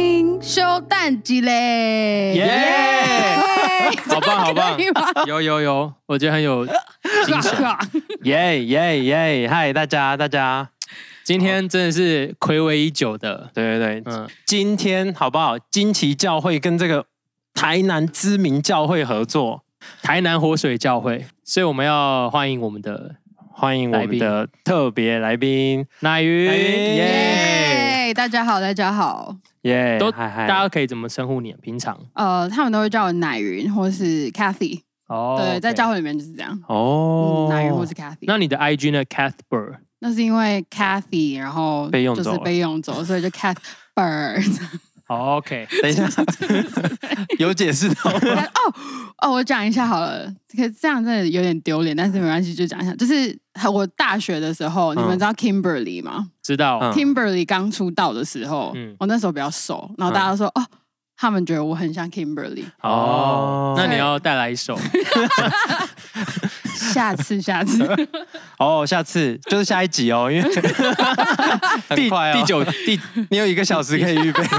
听修蛋鸡嘞！ 耶！好棒好棒！有，我觉得很有精神。 耶！嗨，大家， 今天真的是睽违已久的， 对，今天好不好？金旗教会跟这个台南知名教会合作， 台南活水教会，所以我们要欢迎我们的特别来宾乃云， 耶！大家好， 耶！ 大家可以怎么称呼你？平常他们都会叫我乃云或是 Cathy。对，在教会里面就是这样。乃云或是 Cathy。 那你的 IG 呢 ？Cathbird。 那是因为 Cathy， 然后就是被用走，所以就 Cathbird。 OK， 等一下，有解释到吗？ 我讲一下好了，可是这样真的有点丢脸，但是没关系，就讲一下。就是我大学的时候，你们知道 Kimberly 吗？ 知道。 Kimberly 刚出道的时候，我那时候比较瘦，然后大家都说他们觉得我很像 Kimberly。 那你要带来一首。 下次。 下次就是下一集哦，因为很快哦。你有1个小时可以预备。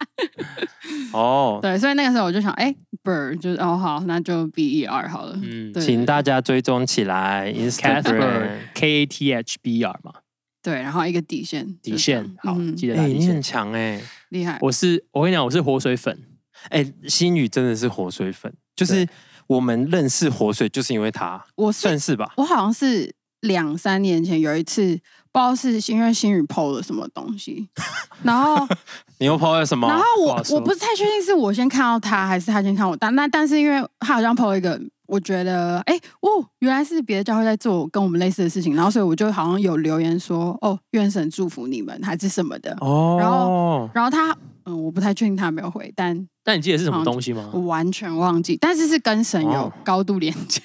对，所以那个时候我就想，Bird 就是好，那就 BER 好了。 请大家追踪起来 ，Instagram KATHBR 嘛。 对，然后一个底线， 好，记得打底线。 你很强厉害。 我跟你讲，我是活水粉。 新宇真的是活水粉，就是我们认识活水就是因为他，算是吧。 我好像是2-3年前有一次，不知道是因为新宇 PO 了什么东西，然后你又 PO 了什么？ 然后我不是太确定是我先看到他还是他先看我，但是因为他好像 PO 了一个。我觉得，原来是别的教会在做跟我们类似的事情，然后所以我就好像有留言说，愿神祝福你们，还是什么的。然后他，我不太确定他有没有回，但你记得是什么东西吗？ 我完全忘记，但是跟神有高度连接。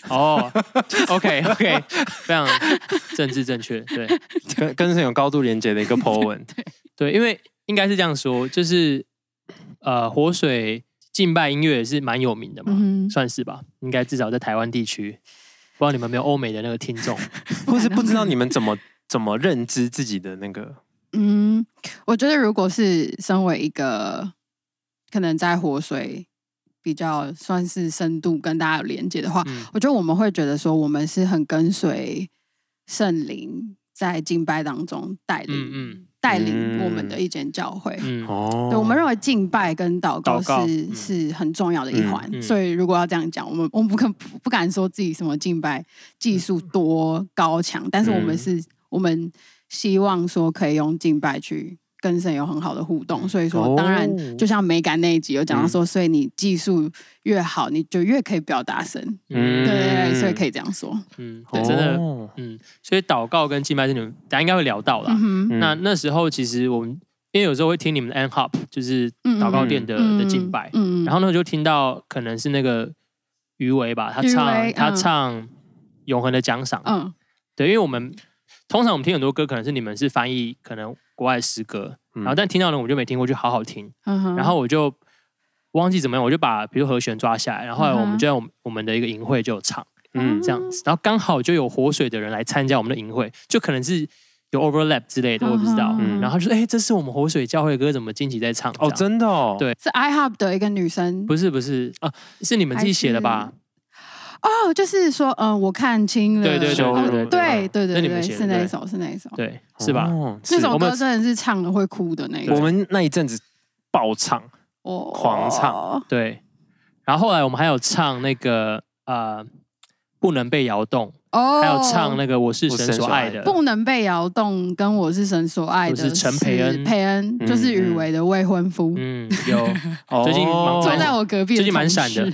OK， 非常政治正确，对， 跟神有高度连接的一个 po 文。 对，因为应该是这样说，就是活水。敬拜音乐也是蛮有名的嘛，算是吧，应该至少在台湾地区，不知道你们有没有欧美的那个听众， 或是不知道你们怎么认知自己的那个。 我觉得如果是身为一个可能在活水比较算是深度跟大家有连接的话，我觉得我们会觉得说我们是很跟随圣灵在敬拜当中带领我们的一间教会。对，我们认为敬拜跟祷告是很重要的一环，所以如果要这样讲，我们不敢说自己什么敬拜技术多高强，但是我们希望说可以用敬拜去跟神有很好的互动，所以说当然就像美感那一集有讲到说，所以你技术越好，你就越可以表达神。对，所以可以这样说。 对，真的，所以祷告跟敬拜是你们大家应该会聊到啦。那时候其实我们因为有时候会听你们的 N-Hop， 就是祷告殿的敬拜，然后呢就听到可能是那个余维吧，他唱永恒的奖赏。对，因为我们通常我们听很多歌，可能是你们是翻译可能国外诗歌，然后但听到呢我就没听过，就好好听。然后我就忘记怎么样，我就把比如和弦抓下来，然后后来我们就在我们的一个营会就有唱，这样子，然后刚好就有活水的人来参加我们的营会，就可能是有 overlap 之类的，我不知道。然后就说，这是我们活水教会的歌，怎么近期在唱？ 真的哦， 对， 是 iHop 的一个女生， 不是是你们自己写的吧？ 就是说，我看清了， 对， 是那一首， 对，是吧？ 那首歌真的是唱了会哭的那个。 我们那一阵子爆唱，狂唱， 对。然后后来我们还有唱那个不能被摇动，还有唱那个我是神所爱的， 不能被摇动，跟我是神所爱的， 是陈培恩， 就是宇维的未婚夫。 有最近坐在我隔壁， 最近蛮闪的，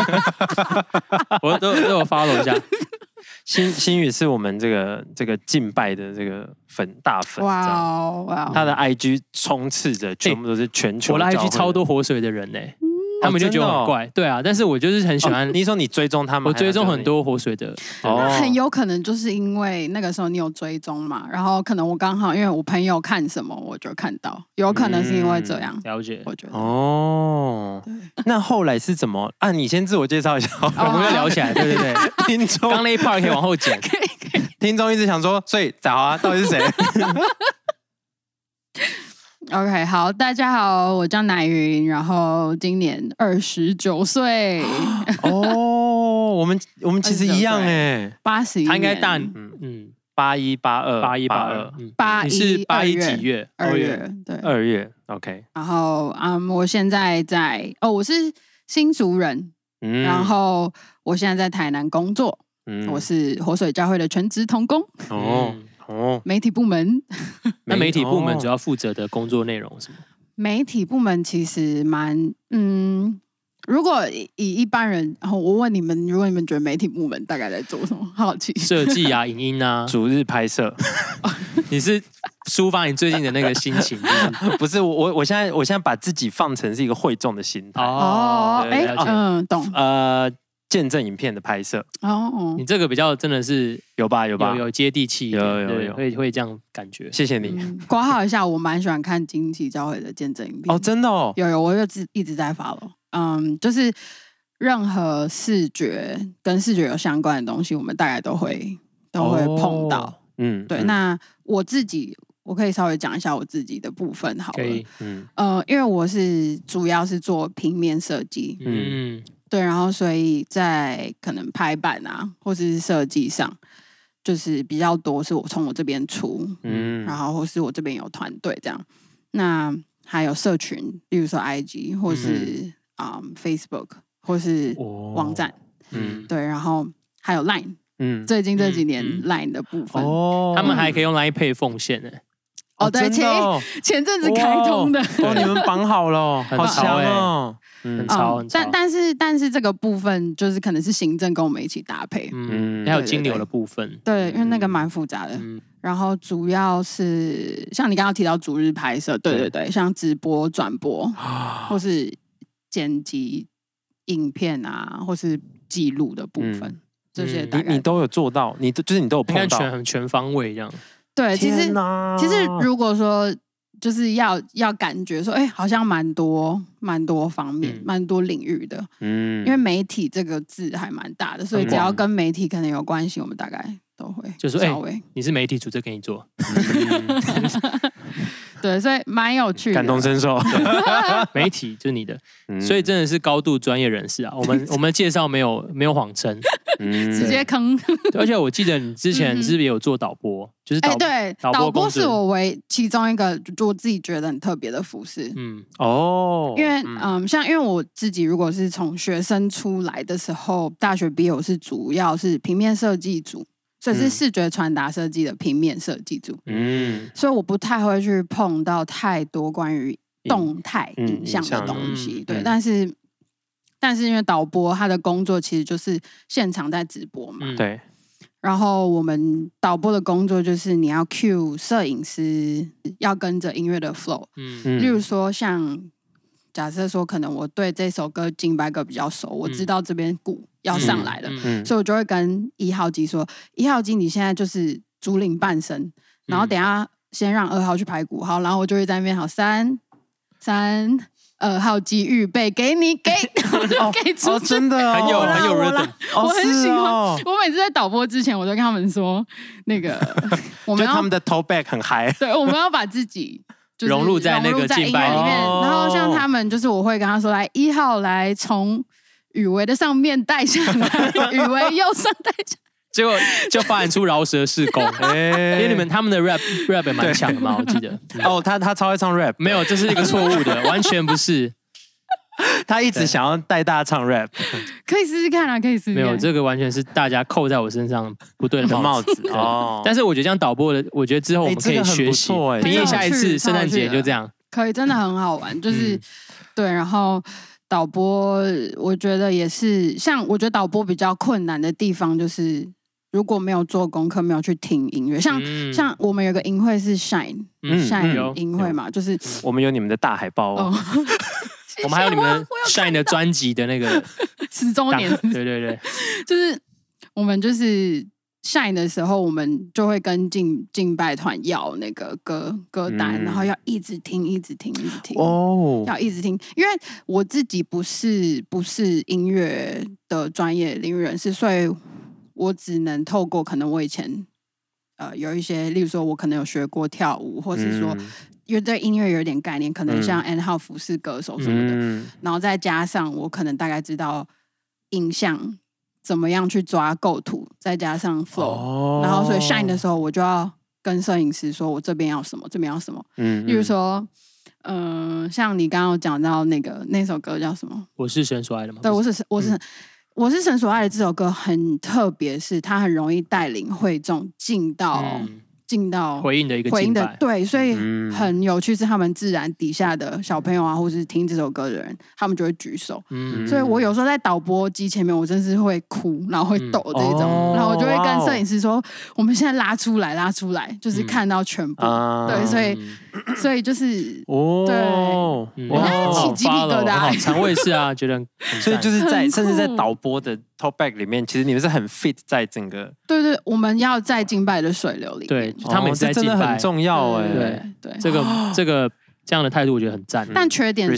我都有 follow 一下。 新宇是我们这个敬拜的这个大粉， 哇！ 他的 IG 充斥着全部都是全球， 我的 IG 超多活水的人呢。他们就觉得很怪，对啊，但是我就是很喜欢。 你说你追踪他们， 我追踪很多活水的， 很有可能就是因为那个时候你有追踪嘛，然后可能我刚好因为我朋友看什么我就看到，有可能是因为这样。 了解， 我觉得。 那后来是怎么？你先自我介绍一下， 我们要聊起来。对， 听众刚那一 part 可以往后剪。 听众一直想说，所以早啊，到底是谁？ OK， 好，大家好，我叫乃云，然后今年29岁。 哦，我们其实一样哎 ，81， 他应该大 81、82、 81，你是81几月 ？2月，对 ，2月 ，OK。 然后我现在我是新竹人，然后我现在在台南工作，我是活水教会的全职同工。媒体部门。 那媒体部门主要负责的工作内容是什么？ 媒体部门其实如果以一般人，然后我问你们，如果你们觉得媒体部门大概在做什么？好奇。 设计啊，影音啊， 主日拍摄。 你是抒发你最近的那个心情？ 不是我现在把自己放成是一个会众的心态。 懂。 见证影片的拍摄你这个比较真的是有吧有接地气， 有会这样感觉。 谢谢你。 括号一下，我蛮喜欢看惊奇教会的见证影片哦，真的哦， 有，我就一直在 follow。就是任何视觉跟视觉有相关的东西，我们大概都会碰到。对。那我可以稍微讲一下我自己的部分好了。因为我主要是做平面设计。对，然后所以在可能排版啊，或是设计上，就是比较多是我从我这边出，然后或是我这边有团队这样。那还有社群，例如说 IG 或是Facebook 或是网站，对，然后还有 Line，最近这几年 Line 的部分， 他们还可以用 Line Pay 奉献呢。 对，前阵子开通的， 你们绑好了，好强哦。 很超。 但是这个部分就是可能是行政跟我们一起搭配， 还有金流的部分， 对，因为那个蛮复杂的。然后主要是像你刚刚提到主日拍摄，对，像直播、转播，或是剪辑影片啊，或是记录的部分，这些大概你都有做到，你都有碰到， 很全方位这样。 对，其实如果说。就是要感觉说，好像蛮多方面，蛮多领域的。因为媒体这个字还蛮大的，所以只要跟媒体可能有关系，我们大概都会就是你是媒体组，这给你做。 对，所以蛮有趣的， 感同身受。 媒体就是你的，所以真的是高度专业人士啊。我们介绍没有谎称， 直接坑。 而且我记得你之前是不是也有做导播？就是对，导播是我其中一个我自己觉得很特别的服饰。因为因为我自己如果是从学生出来的时候，大学毕业我是主要是平面设计组。所以是视觉传达设计的平面设计组，所以我不太会去碰到太多关于动态影像的东西，对。但是因为导播他的工作其实就是现场在直播嘛， 对。 然后我们导播的工作就是你要 cue 摄影师，要跟着音乐的 flow，例如说像假设说可能我对这首歌敬拜歌比较熟，我知道这边鼓要上来了，所以我就会跟1号机说，1号机你现在就是主领半声，然后等一下先让2号去排鼓，好，然后我就会在那边好3、2号机预备，给出真的很有 rhythm， 我很喜欢。我每次在导播之前，我都跟他们说，那个我们他们的 throwback 很嗨， 对，我们要把自己。 融入在那个敬拜里面， 然后像他们就是我会跟他说，来1号来从雨维的上面带下来，雨维右上带下来， 结果就发展出饶舌事工，因为他们的 rap 蛮强的嘛，我记得。 他超会唱 rap， 没有，这是一个错误的，完全不是。 他一直想要带大家唱 rap， 可以试试看啊，可以试试看。 没有，这个完全是大家扣在我身上不对的帽子哦。但是我觉得这样导播的，我觉得之后我们可以学习。平易下一次圣诞节就这样， 可以，真的很好玩。就是对，然后导播，我觉得也是，像我觉得导播比较困难的地方就是。如果没有做功课，没有去听音乐，像我们有个营会是 Shine 营会嘛，就是我们有你们的大海报哦， 我们还有你们 Shine 的专辑的那个 10周年， 对， 就是我们就是 Shine 的时候，我们就会跟敬拜团要那个歌单，然后要一直听哦，要一直听，因为我自己不是音乐的专业领域人士，所以。我只能透过可能我以前有一些，例如说我可能有学过跳舞，或是说有对音乐有点概念，可能像 N 号服饰歌手什么的，然后再加上我可能大概知道影像怎么样去抓构图，再加上 flow，然后所以 shine 的时候我就要跟摄影师说我这边要什么，这边要什么，例如说。像你刚刚有讲到那首歌叫什么？ 我是神所爱的吗？ 对，我是神所爱的这首歌很特别，是它很容易带领会众进到回应的一个敬拜， 对，所以很有趣是他们自然底下的小朋友啊，或是听这首歌的人，他们就会举手。所以我有时候在导播机前面，我真是会哭，然后会抖这种，然后我就会跟摄影师说：“我们现在拉出来，就是看到全部。”对，所以就是对，起鸡皮疙瘩。 好，常卫视啊，觉得很所以就是甚至在导播的 talkback 里面，其实你们是很 fit 在整个对，我们要在敬拜的水流里面， 对，他们也在敬拜， 真的很重要对，这样的态度我觉得很赞。 但缺点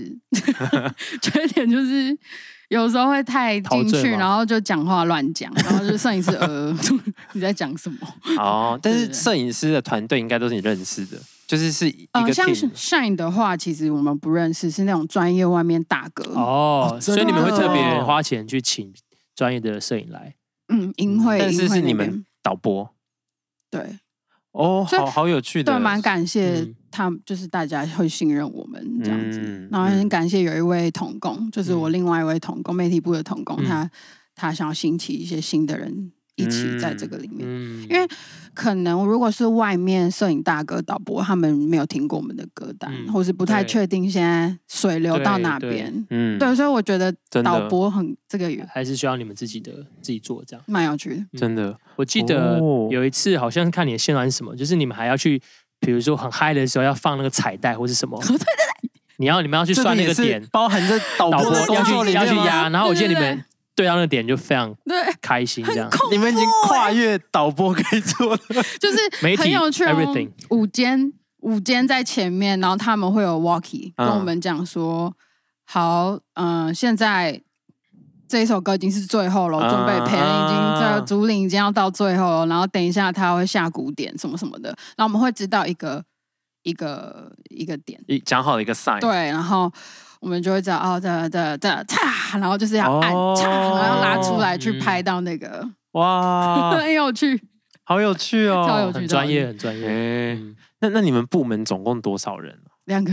就是有时候会太进去，然后就讲话乱讲，然后就摄影师你在讲什么？ 但是摄影师的团队应该都是你认识的。就是一个像 Shine 的话，其实我们不认识，是那种专业外面大哥所以你们会特别花钱去请专业的摄影来， 营会， 但是你们导播， 对， 好有趣的， 对，蛮感谢他们，就是大家会信任我们这样子，然后很感谢有一位同工，就是我另外一位同工，媒体部的同工，他想要兴起一些新的人。一起在这个里面，因为可能如果是外面摄影大哥导播，他们没有听过我们的歌单，或是不太确定现在水流到哪边，对，所以我觉得导播这个还是需要你们自己做，这样蛮有趣的。 真的， 我记得有一次好像是看你的线段是什么，就是你们还要去，比如说很嗨的时候要放那个彩带或是什么，你们要去算那个点， 包含着导播要去压，然后我记得你们。对到那个点就非常开心，这样你们已经跨越导播可以做的， 就是媒体很有趣 ，everything。 午间在前面，然后他们会有 walkie 跟我们讲说，好，现在这一首歌已经是最后了，准备陪人已经这个主领已经要到最后了，然后等一下他会下鼓点什么什么的，然后我们会知道一个点， 讲好的一个 sign， 对，然后。我们就会知道然后就是要按然后要拉出来去拍到那个哇，很有趣， 好有趣哦， 超有趣， 很专业，很专业。 那你们部门总共多少人 ？2个。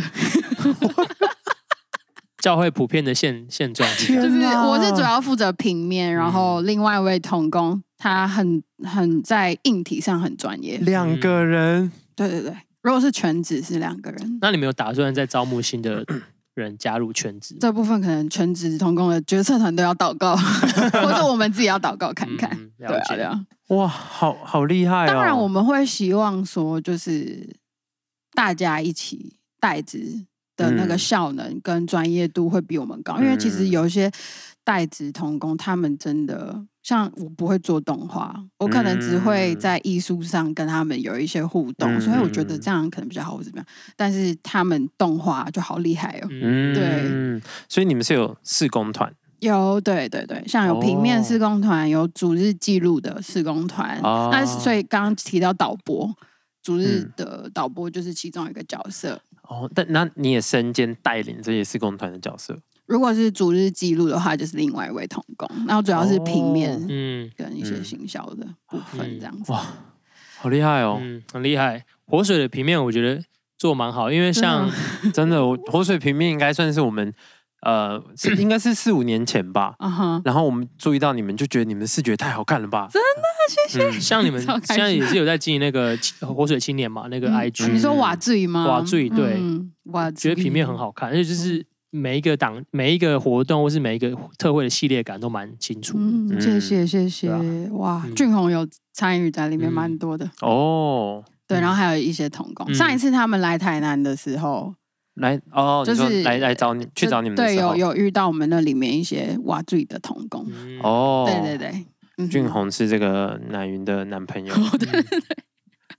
教会普遍的现状就是我是主要负责平面，然后另外一位同工他很在硬体上很专业。 2个人， 对，如果是全职是2个人。 那你们有打算在招募新的？人加入全职这部分可能全职同工的决策团队要祷告，或者我们自己要祷告看看。对啊， 哇，好厉害！ 当然我们会希望说，就是大家一起带职的那个效能跟专业度会比我们高，因为其实有一些带职同工，他们真的。像我不会做动画，我可能只会在艺术上跟他们有一些互动，所以我觉得这样可能比较好，或怎么样。但是他们动画就好厉害哦，对。 所以你们是有事工团？ 有，对，像有平面事工团，有主日记录的事工团。那所以刚刚提到导播，主日的导播就是其中一个角色。 但那你也身兼带领这些事工团的角色？ 如果是主日记录的话，就是另外一位同工，然后主要是平面，跟一些行销的部分这样子。哇， 好厉害哦， 很厉害。活水的平面我觉得做蛮好，因为像真的，活水平面应该算是我们应该是4-5年前吧。然后我们注意到你们，就觉得你们视觉太好看了吧？ 真的，谢谢。 像你们现在也是有在经营那个活水青年嘛，那个 IG。 你说瓦醉吗？ 瓦醉，对，觉得平面很好看，而且就是每一个活动或是每一个特惠的系列感都蛮清楚。 谢谢。哇，俊宏有参与在里面蛮多的哦。对，然后还有一些同工。上一次他们来台南的时候。 就是来找你去找你们的时候， 有遇到我们那里面一些瓦醉的同工对， 俊宏是这个乃云的男朋友， 对，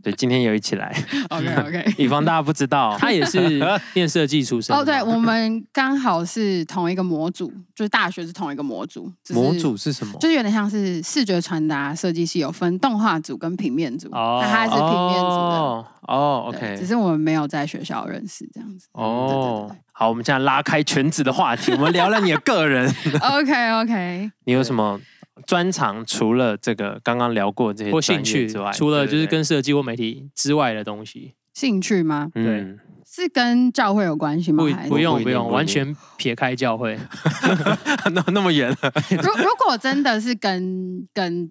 对，今天有一起来。 OK， 以防大家不知道， 他也是念设计出身。 对，我们刚好是同一个模组，就是大学是同一个模组。 模组是什么？ 就是有点像是视觉传达设计系有分动画组跟平面组，那他是平面组的。 OK， 只是我们没有在学校认识这样子。对。 好，我们现在拉开全职的话题，我们聊聊你的个人。 OK， 你有什么专长？除了这个刚刚聊过这些兴趣之外， 除了就是跟设计或媒体之外的东西， 兴趣吗？ 对， 是跟教会有关系吗？ 不用，完全撇开教会， 那么远了。 如果真的是跟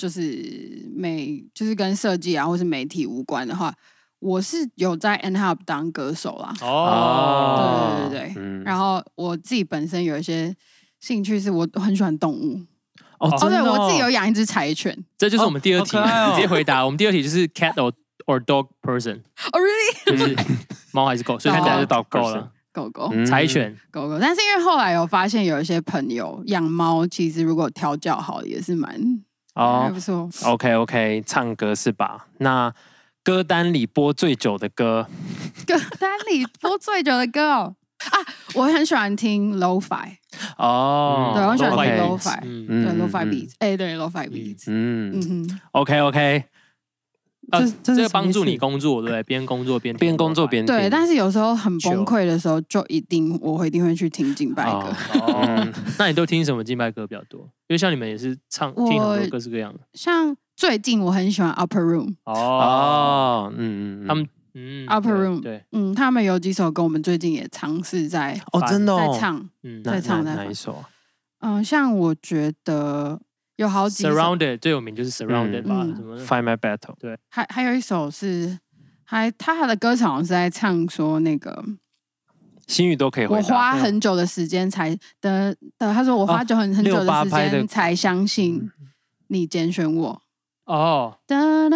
就是跟设计啊或是媒体无关的话。我是有在 N-Hub 当歌手啦。对。然后我自己本身有一些兴趣，是我很喜欢动物。对，我自己有养一只柴犬。 这就是我们第二题，你直接回答。我们第二题就是 cat or dog person。 really？ 就是猫还是狗？所以看起来是 dog 狗了。 狗， 柴犬， 狗。但是因为后来有发现，有一些朋友养猫，其实如果调教好，也是还不错。 OK， 唱歌是吧？那歌单里播最久的歌， 对，我很喜欢听 Lo-Fi。对，我很喜欢听 Lo-Fi， 对 Lo-Fi beats， 对 Lo-Fi beats。 OK。 这个帮助你工作，对不对？边工作边听。 对，但是有时候很崩溃的时候，就我一定会去听敬拜歌。 那你都听什么敬拜歌比较多？因为像你们也是听很多各式各样的。 像最近我很喜欢 Upper Room。 他们 Upper Room， 对， 他们有几首歌，我们最近也尝试在真的在唱， 哪一首？ 像我觉得。有好几 Surrounded 最有名就是 Surrounded 吧，什么 Find My Battle。 对， 还有一首是，他的歌词好像是在唱说那个心语都可以回答。 我花很久的时间才他说我花很久的时间才相信你拣选我。 You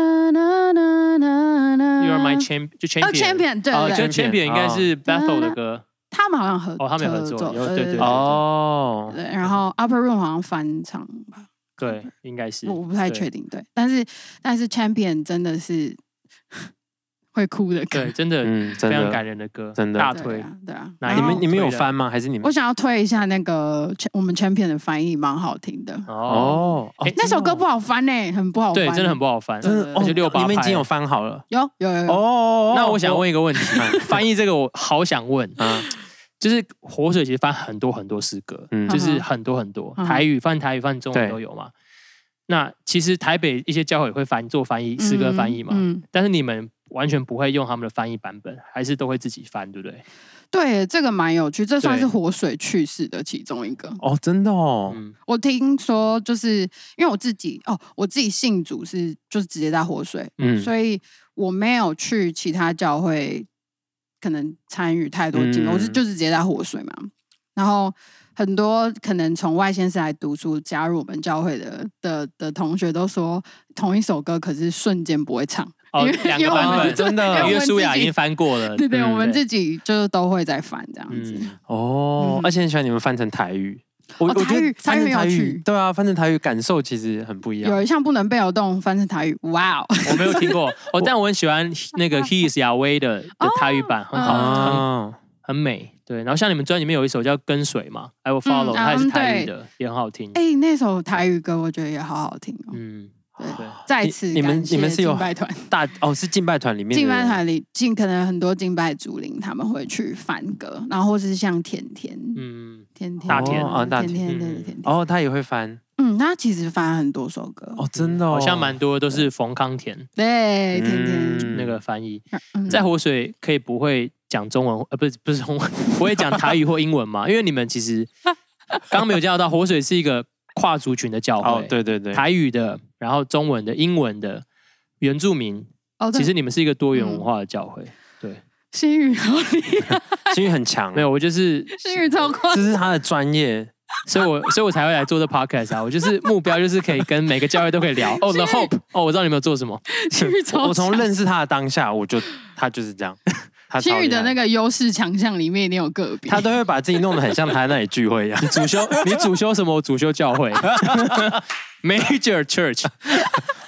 are my champion， 就 champion， 对， 就 champion 应该是 Battle 的歌。 他们好像他们有合作，对。 对，然后 Upper Room 好像翻唱吧。 对，应该是我不太确定。对，但是 Champion 真的是会哭的歌， 对，真的非常感人的歌， 真的大推。 对啊， 你们有翻吗？还是你们？ 我想要推一下那个我们 Champion 的翻译，蛮好听的。那首歌不好翻呢，很不好翻， 对，真的很不好翻。 就68，你们已经有翻好了？ 有。 那我想问一个问题，翻译这个我好想问。就是活水其实翻很多很多诗歌，就是很多台语翻中文都有嘛。那其实台北一些教会也会做翻译诗歌翻译嘛，但是你们完全不会用他们的翻译版本，还是都会自己翻，对不对？ 对，这个蛮有趣，这算是活水去世的其中一个。 真的我听说就是因为我自己信主就是直接在活水，所以我没有去其他教会。可能参与太多经历，我就是直接在活水嘛。然后很多可能从外县市来读书加入我们教会的同学都说，同一首歌可是瞬间不会唱， 两个版本真的，因为舒雅已经翻过了。 对，我们自己就都会在翻这样子。 而且很喜欢你们翻成台语。我觉得翻成台语，对啊，翻成台语感受其实很不一样。 有一项不能被有动翻成台语，哇哦！ 我没有听过但我很喜欢那个 He is Yahweh 的台语版，很好，很美。对，然后像你们专辑里面有一首叫《跟随》嘛 ，I Will Follow， 它也是台语的，也很好听。 那首台语歌我觉得也好好听哦。对，再次你们是有敬拜团是敬拜团里面， 敬拜团里可能很多敬拜主灵他们会去翻歌，然后或是像甜甜， 大甜对， 他也会翻， 他其实翻很多首歌真的好像蛮多都是冯康田， 对，甜甜那个翻译，在活水可以不会讲中文，不是中文，不会讲台语或英文嘛？因为你们其实刚刚没有介绍到，活水是一个跨族群的教会， 对， 台语的，然后中文的、英文的、原住民，其实你们是一个多元文化的教会，对。 新宇好厉害， 新宇很强， 没有，我就是新宇超快， 这是他的专业， 所以我才会来做这 podcast 啊。我就是目标就是可以跟每个教会都可以聊。The Hope， 我知道你们有做什么。 我从认识他的当下，他就是这样。 新宇的那个优势强项里面一定有个别， 他都会把自己弄得很像他在那里聚会一样。 你主修什么？我主修教会。Major Church，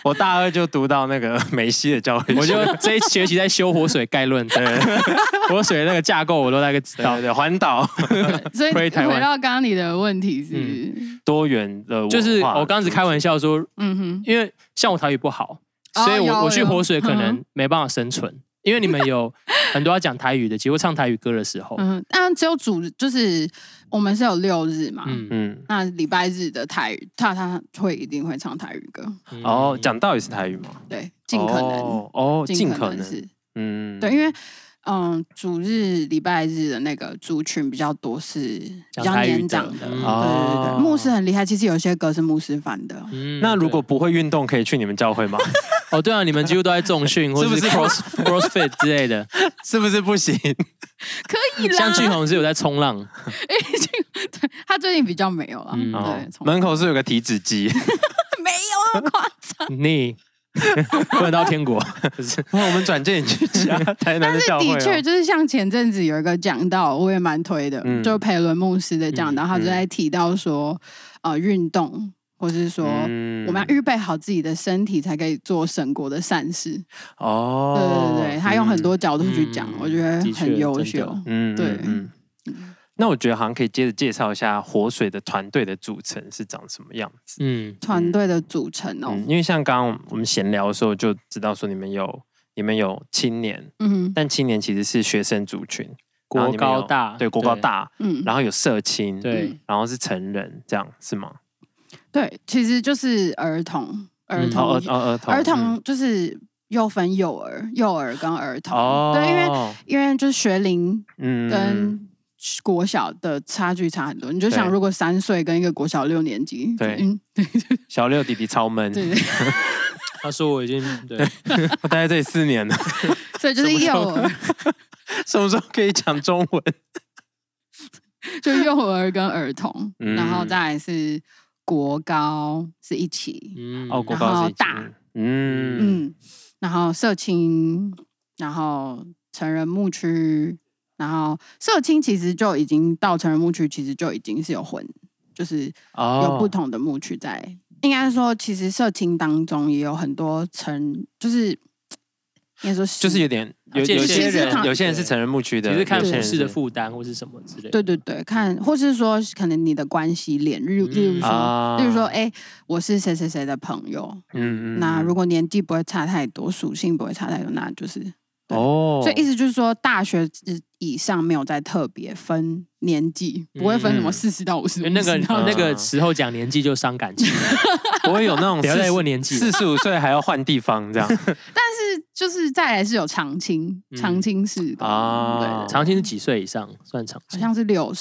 我大2就读到那个梅西的教会， 我就这一学期在修活水概论，对，活水那个架构我都大概知道。 对，环岛。 所以回到刚刚你的问题是多元的文化， 就是我刚才开玩笑说，因为像我台语不好，所以我去活水可能没办法生存。因为你们有很多要讲台语的，结果唱台语歌的时候， 当然只有就是我们是有6日嘛，那礼拜日的台语，他一定会唱台语歌。 哦，讲道也是台语吗？ 对，尽可能， 尽可能是，对，因为主日礼拜日的那个族群比较多，是比较年长的，对，牧师很厉害，其实有些歌是牧师翻的。 那如果不会运动，可以去你们教会吗？ 哦，对啊，你们几乎都在重训或者是 crossfit 之类的， 是不是不行？ 可以啦。 像俊宏是有在冲浪， 对，他最近比较没有了。对， 门口是有个体脂机， 没有那么夸张。 你不能到天国， 我们转介你去台南的教会。 但是的确，就是像前阵子有一个讲道，我也蛮推的，就培伦牧师的讲道，他就在提到说，运动。或是说，我们要预备好自己的身体，才可以做神国的善事。对，他用很多角度去讲，我觉得很优秀。对。 那我觉得好像可以接着介绍一下活水的团队的组成是长什么样子。 团队的组成哦， 因为像刚刚我们闲聊的时候就知道说你们有青年，但青年其实是学生族群， 国高大， 对，国高大，然后有社青，对，然后是成人，这样是吗？ 对，其实就是儿童就是又分幼儿跟儿童。对，因为就是学龄跟国小的差距差很多。你就想，如果3岁跟一个国小6年级， 对，小6弟弟超闷。 对， 他说我已经对， 我待在这里4年了， 所以就是幼儿。 什么时候可以讲中文？ 就幼儿跟儿童，然后再来是。国高是一起， 国高是一起， 大，然后社青，然后成人牧区，然后社青其实就已经到成人牧区，其实就已经是有就是有不同的牧区在。应该说，其实社青当中也有很多就是应该说就是有点有些人是成人牧区的， 其实看服事的负担或是什么之类的。 对，看或是说可能你的关系链，例如说，我是谁谁谁的朋友，那如果年纪不会差太多，属性不会差太多，那就是所以意思就是说，大学以上没有再特别分年纪，不会分什么40到55。 那个时候讲年纪就伤感情， 不会有那种不要再问年纪 ，45岁还要换地方这样。 但是就是再来是有长青是对， 长青是几岁以上算长青？ 好像是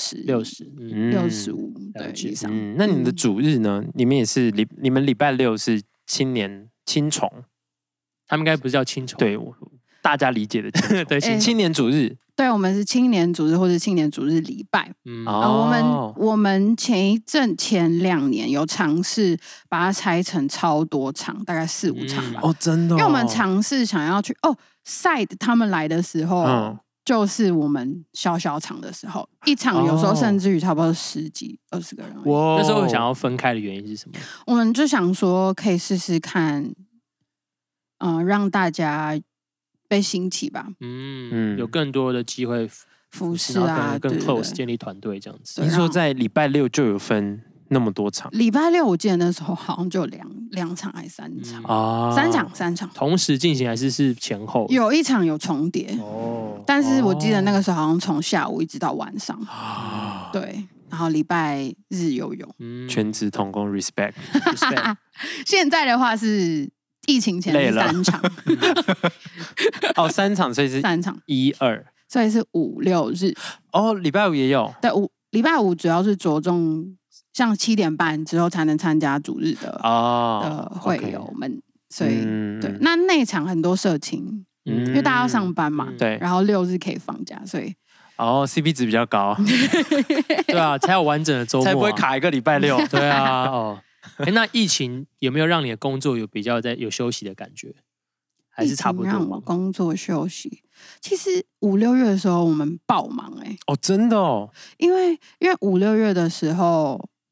60、65对以上。 那你们的主日呢？你们也是你们礼拜6是青虫， 他们应该不是叫青虫， 对。大家理解的对， 青年主日， 对，我们是青年主日或者青年主日礼拜。我们前2年有尝试把它拆成超多场，大概4、5场吧。 真的， 因为我们尝试想要去Side 他们来的时候，就是我们小场的时候，一场有时候甚至于差不多10几20个人。 那时候想要分开的原因是什么？ 我们就想说可以试试看，让大家被兴起吧， 有更多的机会服侍啊， 更 close 建立团队这样子。 你说在礼拜6就有分那么多场？ 礼拜6我记得那时候好像就有两场还是3场3场同时进行还是前后？ 有一场有重叠但是我记得那个时候好像从下午一直到晚上对，然后礼拜日又有全职同工 respect 现在的话是疫情前是3场 3场，所以是 3场 1、2， 所以是5、6日礼拜5也有。 对，礼拜5主要是着重像7点半之后才能参加主日的会友们，所以对，那场很多社青，因为大家要上班嘛，对，然后6日可以放假，所以 CP 值比较高， 对啊，才有完整的周末， 才不会卡一个礼拜6， 对啊，那疫情有没有让你的工作有比较有休息的感觉？还是差不多吗？ 让我工作休息，其实5、6月的时候我们爆忙真的因为5、6月的时候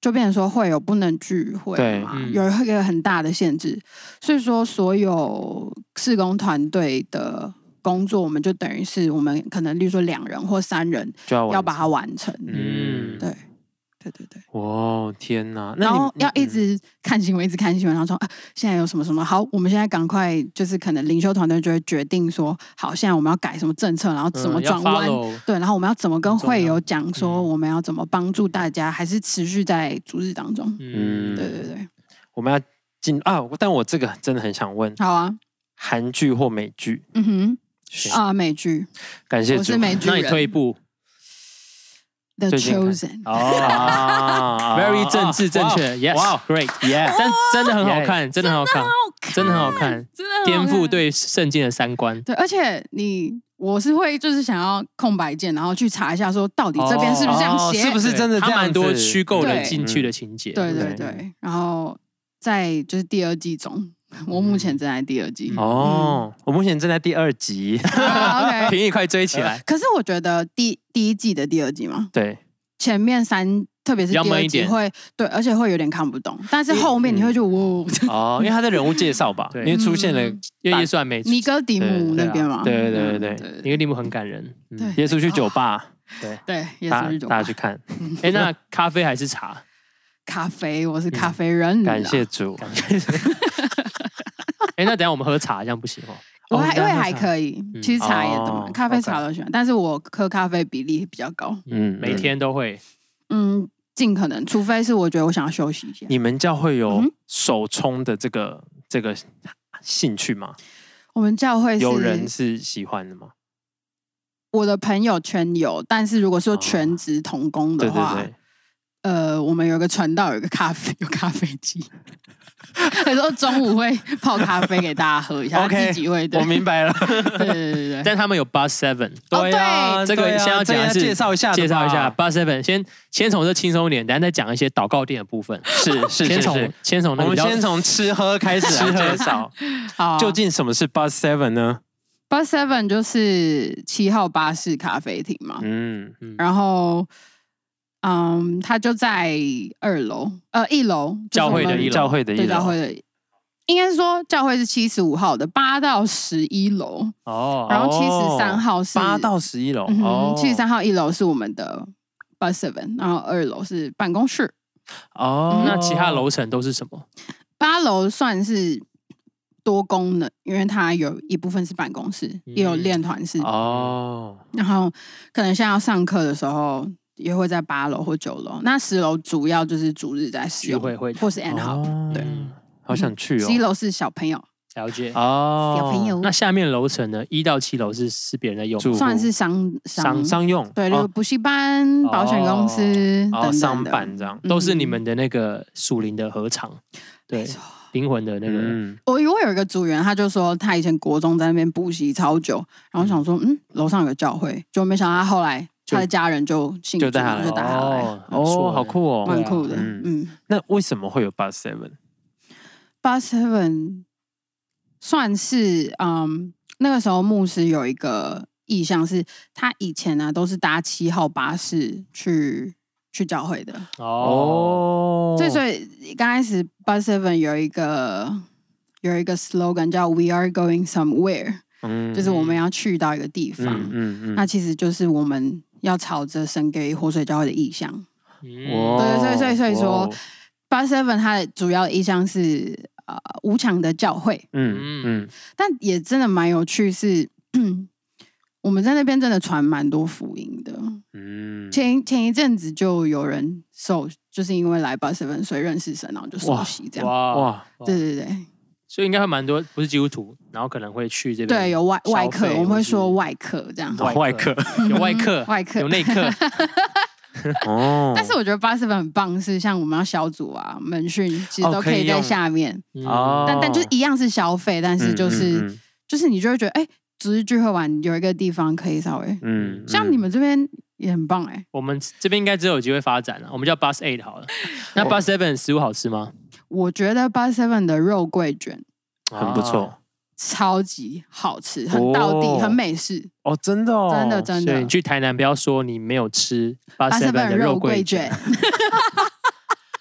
就变成说会有不能聚会嘛，有一个很大的限制，所以说所有志工团队的工作，我们就等于是我们可能例如说2人或3人要把它完成。对。 哦，天哪！ 然后要一直看新闻，一直看新闻，然后说现在有什么什么好，我们现在赶快就是可能领袖团队就会决定说，好，现在我们要改什么政策，然后怎么转弯，对，然后我们要怎么跟会友讲说，我们要怎么帮助大家，还是持续在主日当中。对， 我们要进但我这个真的很想问， 好啊， 韩剧或美剧？ 美剧， 感谢主， 我是美剧人。 那你退一步。 The Chosen very 政治正确 ，Yes， great， 但真的很好看，真的很好看，真的很好看，颠覆对圣经的3观。 对，而且我是会就是想要空白键，然后去查一下说到底这边是不是这样写， 是不是真的这样子？ 它蛮多虚构的进去的情节。 对，然后在就是第2季中。我目前正在第2季我目前正在第2集 ，OK， 平易快追起来。 可是我觉得第1季的第2季嘛， 对， 前面特别是第2季会对，而且会有点看不懂，但是后面你会觉得因为他的人物介绍吧，因为出现了耶稣没尼哥底母那边嘛， 对， 尼哥底母很感人， 耶稣去酒吧， 对，耶稣去酒吧， 大家去看。 那咖啡还是茶？ 咖啡，我是咖啡人， 感谢主。 那等一下我们喝茶，这样不行哦。 我还可以，其实茶也懂，咖啡茶都喜欢，但是我喝咖啡比例比较高。 每天都会。 尽可能，除非是我觉得我想要休息一下。 你们教会有手冲的这个兴趣吗？ 我们教会有人是喜欢的吗？ 我的朋友圈有，但是如果说全职同工的话，我们有个传道，有咖啡机。有时候中午会泡咖啡给大家喝一下，自己会。 我明白了。 对。 但他们有 Bus 7， 对啊， 这个先要讲是介绍一下 Bus 7。先从这轻松一点，等下再讲一些祷告殿的部分。 是。 先从我们先从吃喝开始介绍。究竟什么是 Bus 7呢？ Bus 7就是7号巴士咖啡厅嘛。然后。他就在1楼， 教会的 1楼，应该是说教会是75号的8到11楼然后73号是 8到11楼 73号1楼是我们的 Bus 7，然后2楼是办公室。 那其他楼层都是什么 ？8楼算是多功能，因为它有一部分是办公室，也有练团室然后可能现在要上课的时候。也会在8楼或9楼，那10楼主要就是主日在使用，或是 N-Hub，对， 好想去哦。 11楼是小朋友， 了解小朋友。 那下面楼层呢？1到7楼是别人在用， 算是商用， 对，就是补习班、保险公司等等商办这样， 都是你们的那个属灵的合场，对，灵魂的那个。 我有一个组员，他就说他以前国中在那边补习超久，然后想说，楼上有个教会，就没想到他后来。他的家人就信主，就带他来好酷哦， 蛮酷的。 那为什么会有 Bus 7？Bus 7算是那个时候牧师有一个意向是，他以前呢都是搭7号巴士去教会的所以刚开始 Bus 7有一个 slogan 叫 We are going somewhere，就是我们要去到一个地方。那其实就是我们。要朝着神给活水教会的意向，对，所以说 Bus 7它的主要的意向是无墙的教会，但也真的蛮有趣是，我们在那边真的传蛮多福音的，前一阵子就有人就是因为来 Bus 7所以认识神，然后就受洗这样， 哇， 对。 所以应该会蛮多，不是基督徒，然后可能会去这边。 对，有外客，我们会说外客这样。 外客有外客，有内客。 但是我觉得Bus 7很棒，是像我们要小组啊、门训，其实都可以在下面。但就是一样是消费，但是就是你就会觉得，只是聚会完有一个地方可以稍微，像你们这边也很棒我们这边应该只有机会发展了，我们叫 Bus 8好了。那 Bus 7食物好吃吗？ 我觉得Bus 7的肉桂卷很不错， 超级好吃，很道地，很美式真的真的。所以你去台南不要说你没有吃Bus 7的肉桂卷，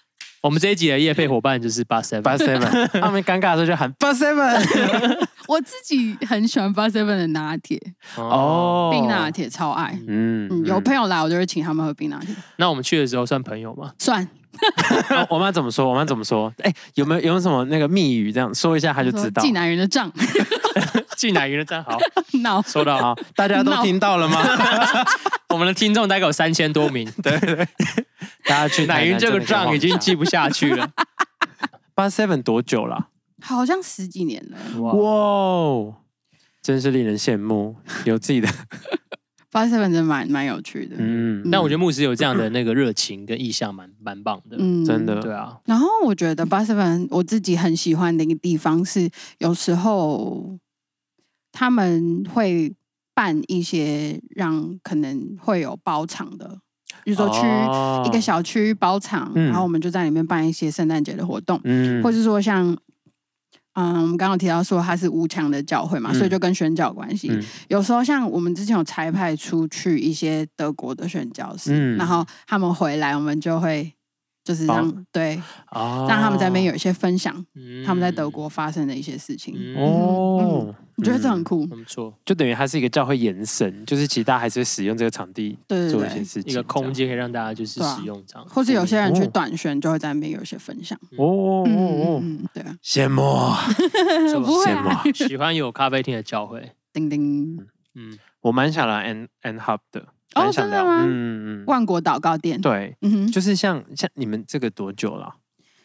我们这一集的业配伙伴就是 8seven，他们尴尬的时候就喊8seven。 我自己很喜欢8seven的拿铁冰拿铁超爱。有朋友来，我就会请他们喝冰拿铁。 那我们去的时候算朋友吗？ 算。 我们要怎么说？有没有什么那个密语这样说一下他就知道？ 寄奶云的账， 寄奶云的账好， 收到好，大家都听到了吗？ 我们的听众大概有3000多名， 对，大家去奶云这个账已经记不下去了。 8seven多久了？ 好像10几年了。 哇，真是令人羡慕，有自己的。 8seven 真的蛮有趣的， 但我觉得牧师有这样的那个热情跟意向蛮棒的， 真的， 对啊。 然后我觉得8seven我自己很喜欢的一个地方是，有时候他们会办一些让可能会有包场的，比如说去一个小区包场，然后我们就在里面办一些圣诞节的活动，或是说像。我们刚刚提到说它是无墙的教会嘛，所以就跟宣教有关系。有时候像我们之前有差派出去一些德国的宣教士，然后他们回来，我们就会就是让他们在那边有一些分享，他们在德国发生的一些事情。我觉得这很酷， 很不错。 就等于它是一个教会延伸，就是其实大家还是会使用这个场地做一些事情， 一个空间可以让大家就是使用这样。 或者有些人去短宣就会在那边有一些分享。对啊， 羡慕， 羡慕， 喜欢有咖啡厅的教会。 叮叮， 我蛮想来 N Hub 的。 真的吗？万国祷告店。 对，就是像你们这个多久了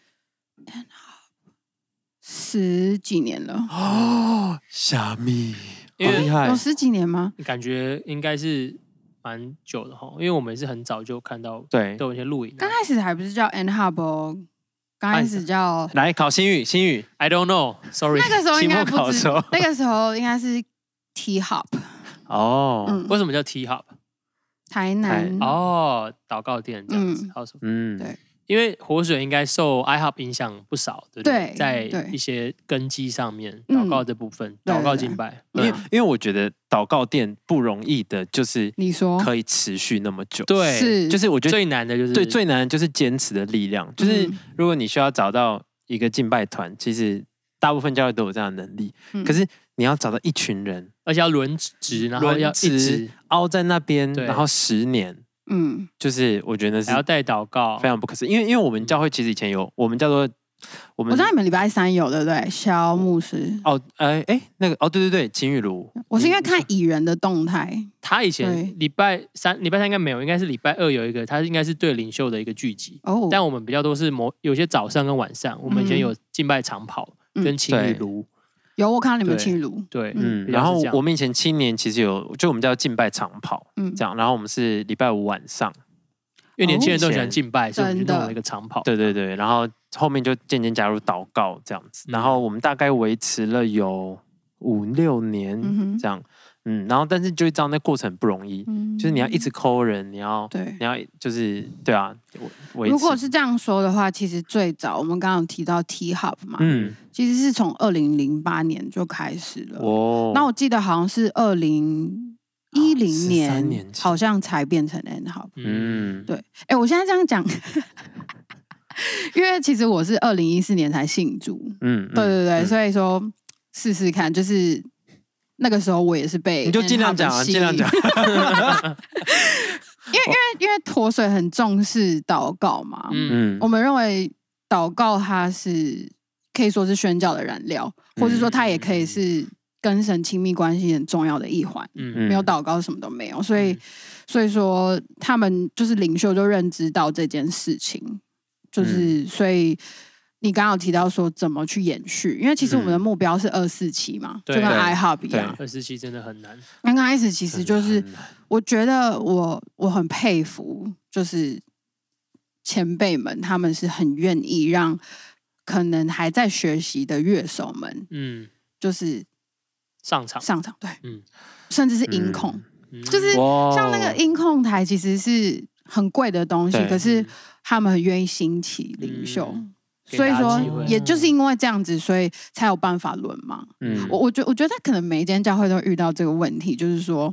？10几年了虾米， 因为厉害， 有10几年吗？ 感觉应该是蛮久的哈，因为我们是很早就看到， 对， 都有一些录影。 刚开始还不是叫 N Hub 哦，刚开始叫来考新语 ，I don't know，sorry， 那个时候应该不止， 那个时候应该是 T Hub。 为什么叫 T Hub？ 台南祷告店这样子， 对。 因为活水应该受 iHub 影响不少，对不对？在一些根基上面，祷告这部分，祷告敬拜。 因为我觉得祷告殿不容易的，就是你说可以持续那么久。 对， 就是我觉得最难的就是最难的就是坚持的力量。就是如果你需要找到一个敬拜团，其实大部分教会都有这样的能力。可是你要找到一群人， 而且要轮值，然后要一直凹在那边，然后10年。就是我觉得是还要带祷告， 非常不可思议。因为我们教会其实以前有我们叫做我知道你们礼拜3有对不对？肖牧师那个对，秦雨茹， 我是因为看蚁人的动态， 他以前礼拜三应该没有，应该是礼拜2有一个，他应该是对领袖的一个聚集。但我们比较多是有些早上跟晚上，我们以前有敬拜长跑跟秦雨茹。 有，我看到你们庆炉， 对， 然后我们以前青年其实有，就我们叫敬拜长跑，这样，然后我们是礼拜5晚上， 因为年轻人都喜欢敬拜，所以我们就弄了一个长跑， 对，然后后面就渐渐加入祷告这样子，然后我们大概维持了有5-6年这样，然后但是就会知道那过程不容易，就是你要一直call人，你要就是对啊。 如果是这样说的话，其实最早我们刚刚有提到 T Hub 嘛，其实是从2008年就开始了。那我记得好像是2010年，好像才变成 N Hub。对，我现在这样讲。因为其实我是2014年才信主，对，所以说试试看，就是那个时候我也是被你就尽量讲，尽量讲， 因为活水很重视祷告嘛，我们认为祷告它是可以说是宣教的燃料，或者说它也可以是跟神亲密关系很重要的一环，没有祷告什么都没有，所以说他们就是领袖就认知到这件事情。就是所以你刚刚有提到说怎么去延续，因为其实我们的目标是247嘛，就跟 iHub 一样。 247真的很难。 刚开始其实就是我觉得我很佩服，就是前辈们他们是很愿意让可能还在学习的乐手们，就是上场， 对，甚至是音控，就是像那个音控台其实是很贵的东西，可是他们很愿意兴起领袖，所以说也就是因为这样子，所以才有办法轮嘛。我觉得可能每一间教会都遇到这个问题，就是说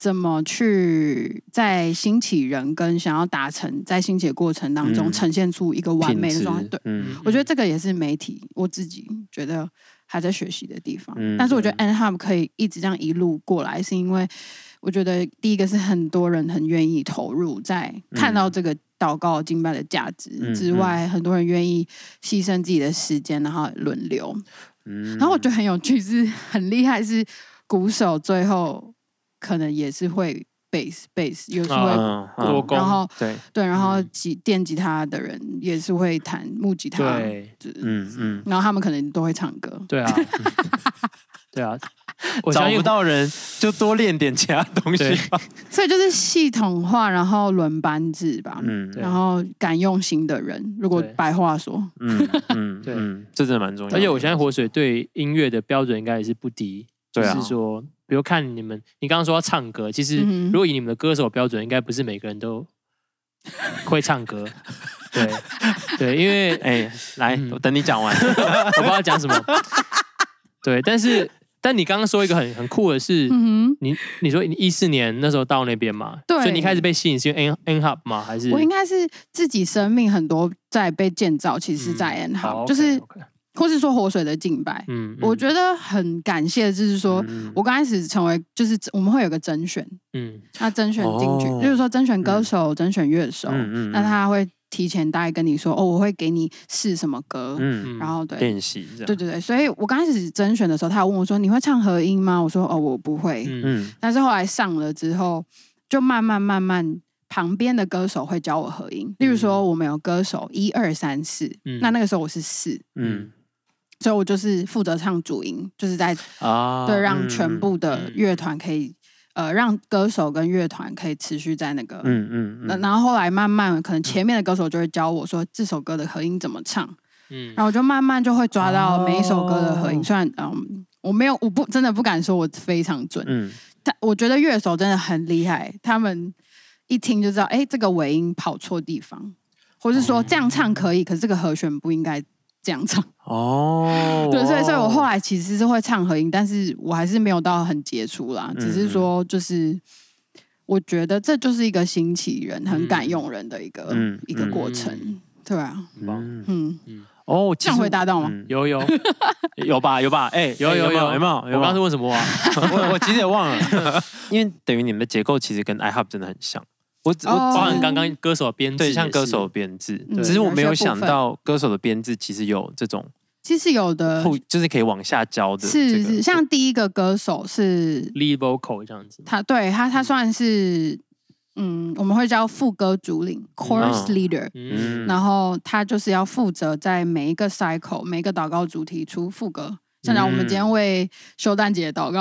怎么去在兴起人跟想要达成在兴起的过程当中呈现出一个完美的状态。对，我觉得这个也是媒体我自己觉得还在学习的地方。但是我觉得 ANHUB 可以一直这样一路过来，是因为我觉得第一个是很多人很愿意投入在看到这个祷告敬拜的价值之外，很多人愿意牺牲自己的时间，然后轮流。然后我觉得很有趣，是很厉害，是鼓手最后可能也是会 bass， 有时候会多功， 然后对，然后电吉他的人也是会弹木吉他， 对， 然后他们可能都会唱歌， 对啊，对啊， 我找不到人就多练点其他东西， 所以就是系统化，然后轮班制吧，然后敢用心的人，如果白话说， 对， 这真的蛮重要。 而且我相信活水对音乐的标准应该也是不低， 对啊， 就是说，比如看你刚刚说要唱歌，其实如果以你们的歌手标准，应该不是每个人都会唱歌。对，因为来，我等你讲完， 我不知道讲什么。对，但你刚刚说一个很酷的是，你说你14年那时候到那边嘛， 对， 所以你开始被吸引是因为 ANHUB 吗？还是我应该是自己生命很多在被建造，其实是在 ANHUB，就是或是说活水的敬拜。我觉得很感谢，就是说我刚开始成为，就是我们会有个甄选，那甄选进去，就是说甄选歌手、甄选乐手，那他会提前大概跟你说，我会给你试什么歌，然后对练习， 对，所以我刚开始甄选的时候，他有问我说你会唱和音吗？我说我不会，但是后来上了之后，就慢慢旁边的歌手会教我和音，例如说我们有歌手1、2、3、4，那个时候我是4，所以我就是负责唱主音，就是在对让全部的乐团可以。让歌手跟乐团可以持续在那个，然后后来慢慢可能前面的歌手就会教我说这首歌的和音怎么唱，然后我就慢慢就会抓到每一首歌的和音。虽然我真的不敢说我非常准，但我觉得乐手真的很厉害，他们一听就知道，这个尾音跑错地方，或是说这样唱可以，可是这个和弦不应该这样唱。对，所以我后来其实是会唱和音，但是我还是没有到很杰出啦，只是说就是我觉得这就是一个兴起人很敢用人的一个过程，对啊，这样回答到吗？ 有吧，有，有没有？我刚刚是问什么啊？ 我其实也忘了，因为等于你们的结构其实跟 ANHUB 真的很像。我包含刚刚歌手的编制， 对，像歌手的编制，只是我没有想到歌手的编制其实有这种， 其实有的就是可以往下教的， 是像第一个歌手是 lead vocal 这样子， 他算是我们会叫副歌主领 chorus leader，然后他就是要负责在每一个 cycle 每一个祷告主题出副歌。像我们今天为修蛋姐祷告，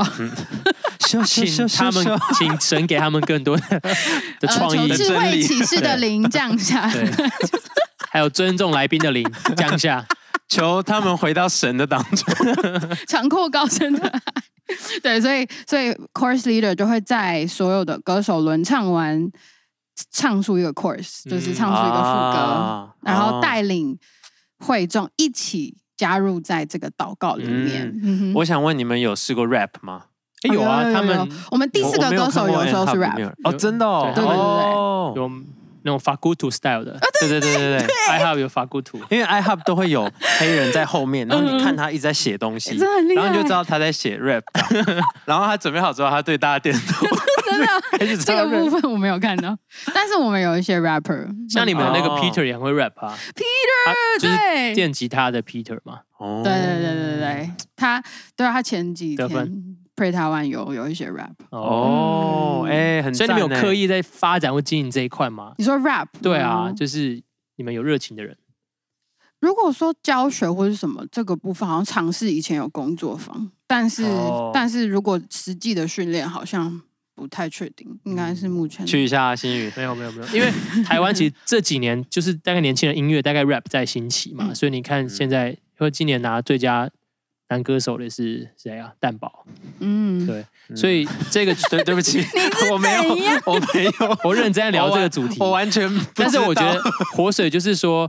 请神给他们更多的创意、 智慧启示的灵降下， 还有尊重来宾的灵降下， 求他们回到神的当中， 长阔高深的爱。对，所以 chorus leader 就会在所有的歌手轮唱完，唱出一个 chorus， 就是唱出一个副歌，然后带领会众一起加入在这个祷告里面。 我想问你们有试过 rap 吗？ 有啊， 我们第4个歌手有时候是 rap， 真的哦， 对， 有那种Fagutu style 的， 对 ，ANHUB 有Fagutu， 因为 ANHUB 都会有黑人在后面，然后你看他一直在写东西，然后你就知道他在写 rap， 然后他准备好之后，他对大家点头。 真的，这个部分我没有看到，但是我们有一些 rapper， 像你们那个 Peter 也很会 rap 啊 ，Peter 就是电吉他的 Peter 嘛， 对，他前几天 Pray 台湾有一些 rap， 很赞， 所以你们有刻意在发展或经营这一块吗？ 你说 rap？ 对啊，就是你们有热情的人。 如果说教学或是什么这个部分，好像尝试以前有工作坊，但是如果实际的训练好像不太确定，应该是目前去一下新宇， 没有，因为台湾其实这几年就是大概年轻人音乐大概 rap 在兴起嘛，所以你看现在，因为今年拿最佳男歌手的是谁啊？蛋堡，对，所以这个对不起，我没有， 我认真在聊这个主题， 我完全不知道， 但是我觉得活水就是说，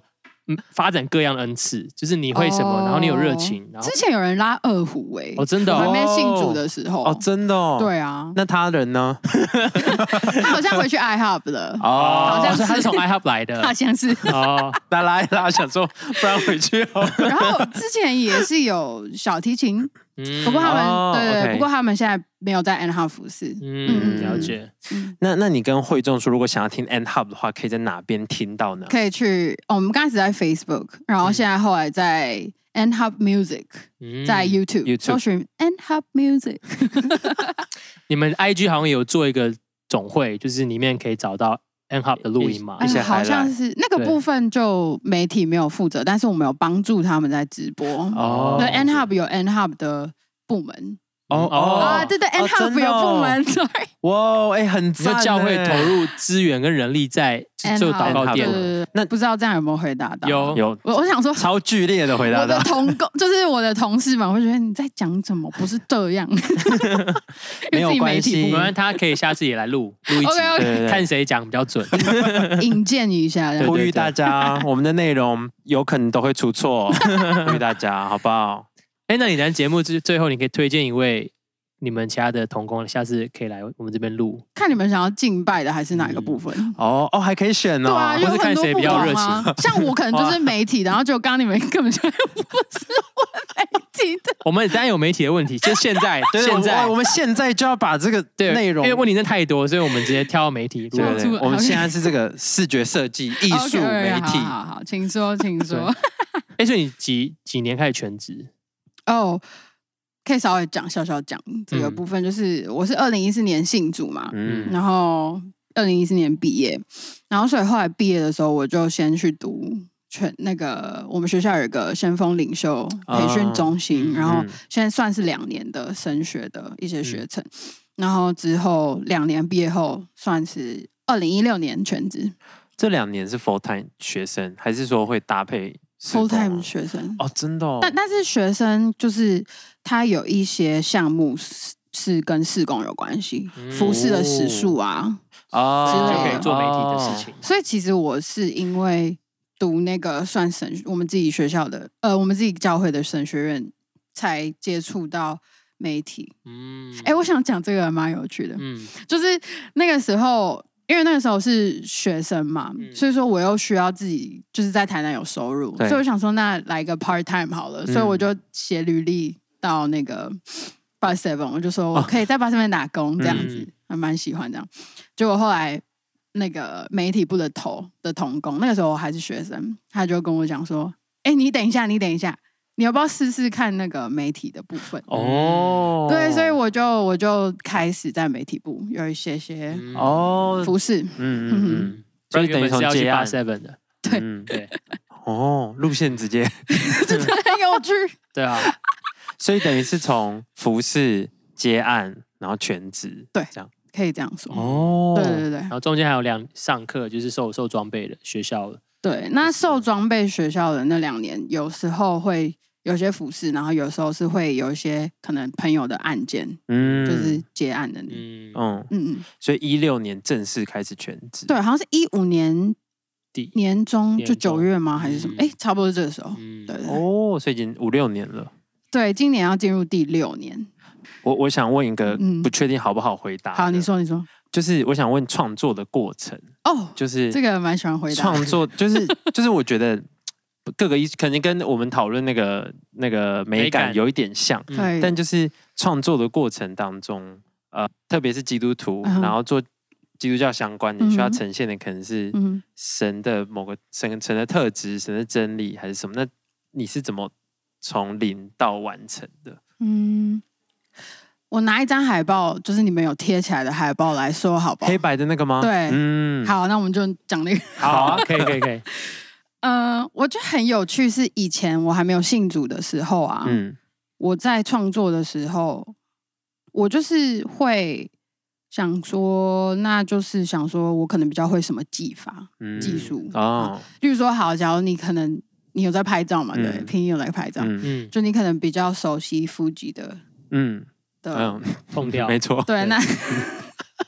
发展各样的恩赐，就是你会什么，然后你有热情。然后之前有人拉二胡真的还没信主的时候真的对啊。 那他人呢？ 他好像回去 iHub 了好像是他是从 iHub 来的， 好像是那拉一拉，想说不然回去然后之前也是有小提琴。不过他们对，不过他们现在没有在 N-Hub 服侍。 了解。 那你跟慧众说，如果想要听 N-Hub 的话，可以在哪边听到呢？ 可以去我们刚开始在 Facebook， 然后现在后来在 N-Hub Music，在 YouTube 搜寻 N-Hub Music。 你们 IG 好像有做一个总会，就是里面可以找到 N-Hub 的录音嘛？ 好像是那个部分就媒体没有负责，但是我们有帮助他们在直播。对 N-Hub 有 N-Hub 的部门。对 N-Hub 有部门。 哇，很赞。 教会投入资源跟人力在做祷告店。 那不知道这样有没有回答到？ 有。 我想说超剧烈的回答到。 就是我的同事们会觉得你在讲什么，不是这样。 没有关系， 他可以下次也来录一集，看谁讲比较准， 引荐一下。 呼吁大家，我们的内容有可能都会出错，呼吁大家，好不好？ 那你在节目最后，你可以推荐一位你们其他的同工，下次可以来我们这边录。 看你们想要敬拜的还是哪一个部分？ 还可以选哦。 对啊， 或是看谁比较热情。 像我可能就是媒体的，然后就刚刚你们根本就不是我媒体的。 我们当然有媒体的问题，就现在我们现在就要把这个内容， 因为问题真的太多，所以我们直接挑媒体。 对，我们现在是这个视觉设计、艺术媒体。 好，请说。 所以你几年开始全职？ 可以稍微小讲这个部分，就是我是2014年信主嘛，然后2014年毕业，然后所以后来毕业的时候，我就先去读我们学校有一个先锋领袖培训中心，然后现在算是2年的升学的一些学程，然后之后2年毕业后，算是2016年全职。 这2年是 full time 学生，还是说会搭配 ？full time 学生真的但是学生就是他有一些项目是跟事工有关系，服事的时数之类的， 就可以做媒体的事情。 所以其实我是因为读那个算我们自己学校的我们自己教会的神学院，才接触到媒体。我想讲这个蛮有趣的，就是那个时候。因为那个时候是学生嘛，所以说我又需要自己就是在台南有收入，所以我想说那来个 part time 好了，所以我就写履历到那个 BUS7，我就说我可以在 BUS7打工这样子，还蛮喜欢这样。结果后来那个媒体部的同工，那个时候我还是学生，他就跟我讲说：“你等一下。”你要不要试试看那个媒体的部分？对，所以我就开始在媒体部有一些服饰， 所以等于是要去BUS7的， 对， 路线直接真的很有趣， 对啊， 所以等于是从服饰接案，然后全职， 对， 这样可以这样说，对， 然后中间还有上课，就是受装备的学校的。 对，那受装备学校的那2年，有时候会有些服饰，然后有时候是会有一些可能朋友的案件，就是接案的， 所以16年正式开始全职， 对，好像是15年底年中就9月吗？还是什么？差不多是这个时候，对， 所以已经5-6年了， 对，今年要进入第6年。 我想问一个不确定好不好回答， 好，你说。 就是我想问创作的过程就是这个蛮喜欢回答创作，就是我觉得各个可能跟我们讨论那个美感有一点像，但就是创作的过程当中，特别是基督徒，然后做基督教相关，你需要呈现的可能是神的某个神的特质、神的真理还是什么？那你是怎么从零到完成的？ 我拿一张海报，就是你们有贴起来的海报来说，好不好？ 黑白的那个吗？ 对，好，那我们就讲那个。 好啊，可以。 我觉得很有趣，是以前我还没有信主的时候啊，我在创作的时候，我就是会想说，我可能比较会什么技法、技术例如说，好，假如你可能你有在拍照嘛，对，平有在拍照，就你可能比较熟悉Fuji的， 痛掉， 没错， 对，那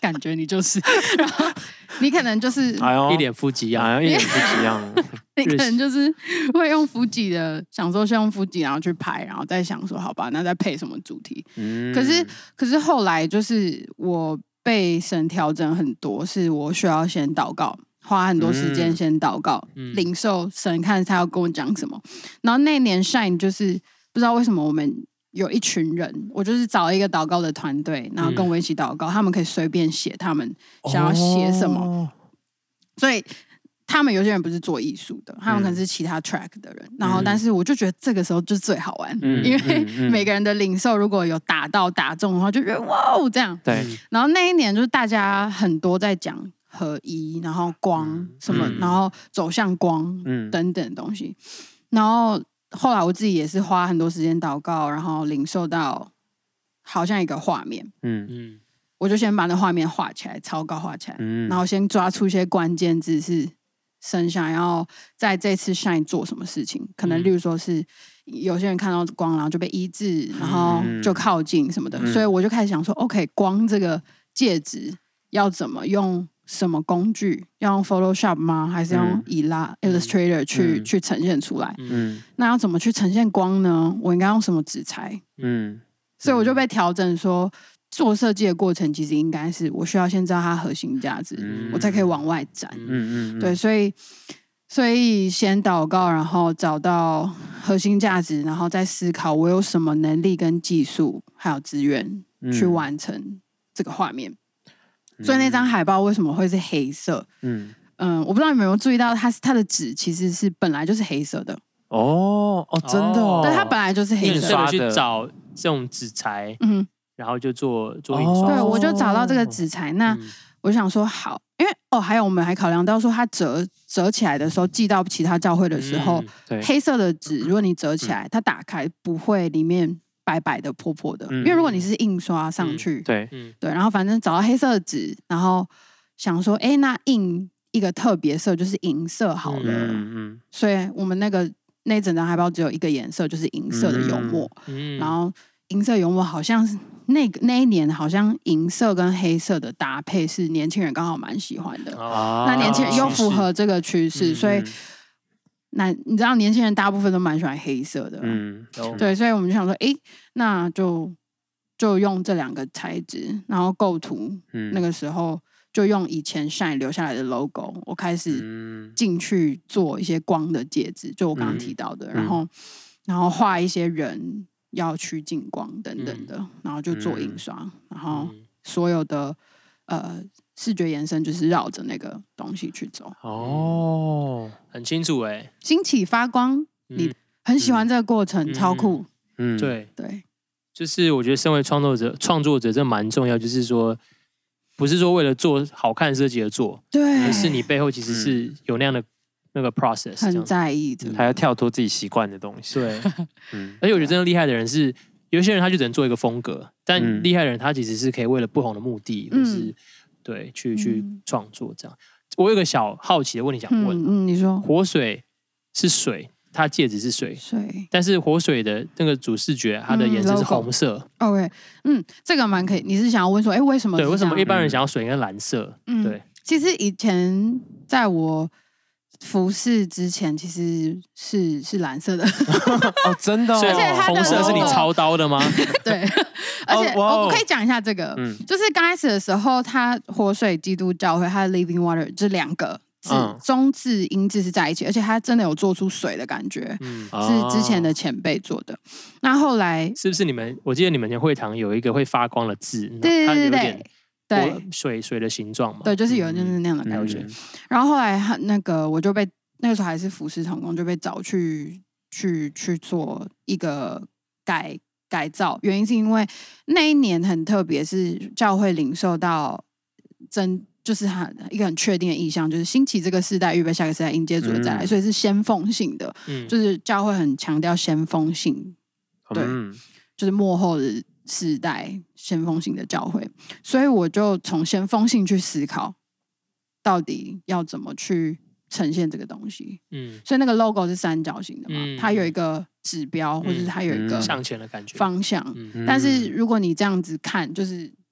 感觉你就是，然后你可能就是一脸腹肌啊， 一脸腹肌啊， 你可能就是会用腹肌的，想说是用腹肌然后去拍，然后再想说好吧，那再配什么主题？可是后来就是我被神调整很多，是我需要先祷告。花很多时间先祷告，领受神看他要跟我讲什么。然后那年 Shine 就是不知道为什么我们有一群人，我就是找一个祷告的团队，然后跟我一起祷告，他们可以随便写他们想要写什么。所以他们有些人不是做艺术的，他们可能是其他 track 的人。然后但是我就觉得这个时候就最好玩，因为每个人的领受如果有打中的话，就觉得哇这样。 对。 然后那一年就是大家很多在讲合一，然后光什么，然后走向光等等东西。然后后来我自己也是花很多时间祷告，然后领受到好像一个画面，我就先把那画面画起来，草稿画起来，然后先抓出一些关键字，是神想要在这次 Shine 做什么事情。可能例如说是有些人看到光，然后就被医治，然后就靠近什么的。所以我就开始想说 OK， 光这个介质要怎么用，什么工具？要用 Photoshop 吗？还是用Illustrator 去呈现出来？那要怎么去呈现光呢？我应该用什么纸材？所以我就被调整说，做设计的过程其实应该是我需要先知道它核心价值，我才可以往外展。对，所以先祷告，然后找到核心价值，然后再思考我有什么能力跟技术还有资源去完成这个画面。所以那张海报为什么会是黑色？我不知道你们有没有注意到，它的纸其实是本来就是黑色的。 真的哦。 对，它本来就是黑色的。 去找这种纸材，然后就做印刷。 对，我就找到这个纸材。那我想说好，因为还有我们还考量到说，它折起来的时候，寄到其他教会的时候，黑色的纸如果你折起来，它打开不会里面白白的破破的，因为如果你是印刷上去， 对， 然后反正找到黑色的纸，然后想说，那印一个特别色就是银色好了，所以我们那整张海报只有一个颜色，就是银色的油墨，然后银色油墨好像是那一年好像银色跟黑色的搭配是年轻人刚好蛮喜欢的，那年轻人又符合这个趋势，所以。你知道年轻人大部分都蛮喜欢黑色的，对，所以我们就想说，那就用这两个材质，然后构图，那个时候就用以前 Shine 留下来的 logo， 我开始进去做一些光的介质，就我刚刚提到的，然后画一些人要趋近光等等的，然后就做印刷，然后所有的视觉延伸就是绕着那个东西去走。 很清楚兴起发光，你很喜欢这个过程，超酷。 对，就是我觉得身为创作者这蛮重要，就是说不是说为了做好看设计而做， 对， 而是你背后其实是有那样的那个 process， 很在意的， 还要跳脱自己习惯的东西。 对，而且我觉得真的厉害的人是，有些人他就只能做一个风格，但厉害的人他其实是可以为了不同的目的，或是对去创作这样。我有个小好奇的问题想问， 你说活水是水，它介质是水，但是活水的那个主视觉，它的颜色是红色。 OK， 这个蛮可以。你是想要问说，为什么？ 对，为什么一般人想要水应该蓝色？对， 其实以前在我服饰之前，其实是蓝色的。 真的哦。 所以红色是你操刀的吗？ 对，而且我可以讲一下这个，就是刚开始的时候，它活水基督教会，它的 Living Water 这两个字，中字音字是在一起，而且它真的有做出水的感觉，是之前的前辈做的。那后来是不是我记得你们会堂有一个会发光的字， 对， 对，水的形状嘛， 对，就是有就是那样的感觉。然后后来我就被那个时候还是服侍同工，就被找去做一个改造。原因是因为那一年很特别，是教会领受到就是一个很确定的意向，就是兴起这个世代，预备下个世代迎接主的再来，所以是先锋性的，就是教会很强调先锋性，对，就是末后的世代先锋性的教会，所以我就从先锋性去思考，到底要怎么去呈现这个东西。所以那个 logo 是三角形的嘛，它有一个指标，或者是它有一个向前的感觉方向。但是如果你这样子看，就是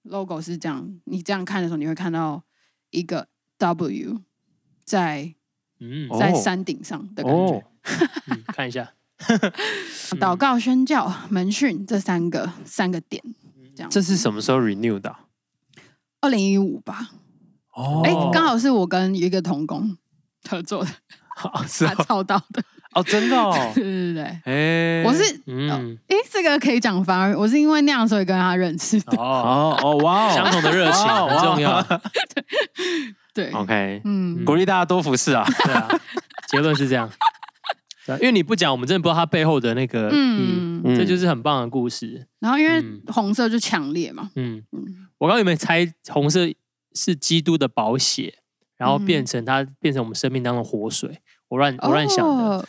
logo 是这样，你这样看的时候，你会看到一个 W 在山顶上的感觉。 看一下， 祷告、宣教、门训这三个点，这样。 这是什么时候 renew 的 ？2015吧。刚好是我跟一个同工合作的，他抄到的。 真的哦。 对。我是这个可以讲，反而我是因为那样所以跟他认识的。 哇， 相同的热情很重要。 对 ，OK， 鼓励大家多服侍啊。 对啊，结论是这样。因为你不讲，我们真的不知道它背后的那个这就是很棒的故事。 然后因为红色就强烈嘛， 我刚刚有没有猜红色是基督的宝血，然后变成我们生命当中的活水？我乱想的。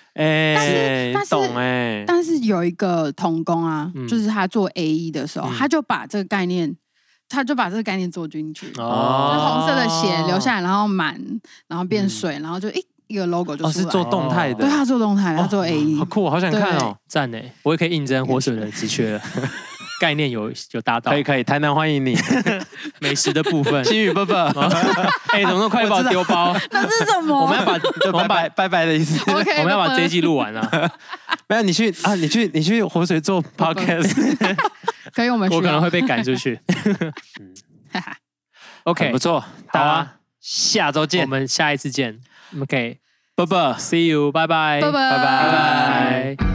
但是有一个同工啊，就是他做 A1 的时候，他就把这个概念做进去。就是红色的血流下来，然后满，然后变水，然后就一个 logo 就出来。 是做动态的。 对，他做动态，他做 A1， 好酷，好想看哦， 赞呢！我也可以应征活水的职缺了。概念有达到， 可以，台南欢迎你。 美食的部分， 新宇伯伯， 怎么那么快把我丢包？ 那是什么？ 我们要把拜拜的意思。 我们要把这一季录完啊。 没有，你去活水做 podcast。 可以，我可能会被赶出去。OK， 不错，好啊，下周见， 我们下一次见。OK， 伯伯 ，See you， 拜拜， 拜拜。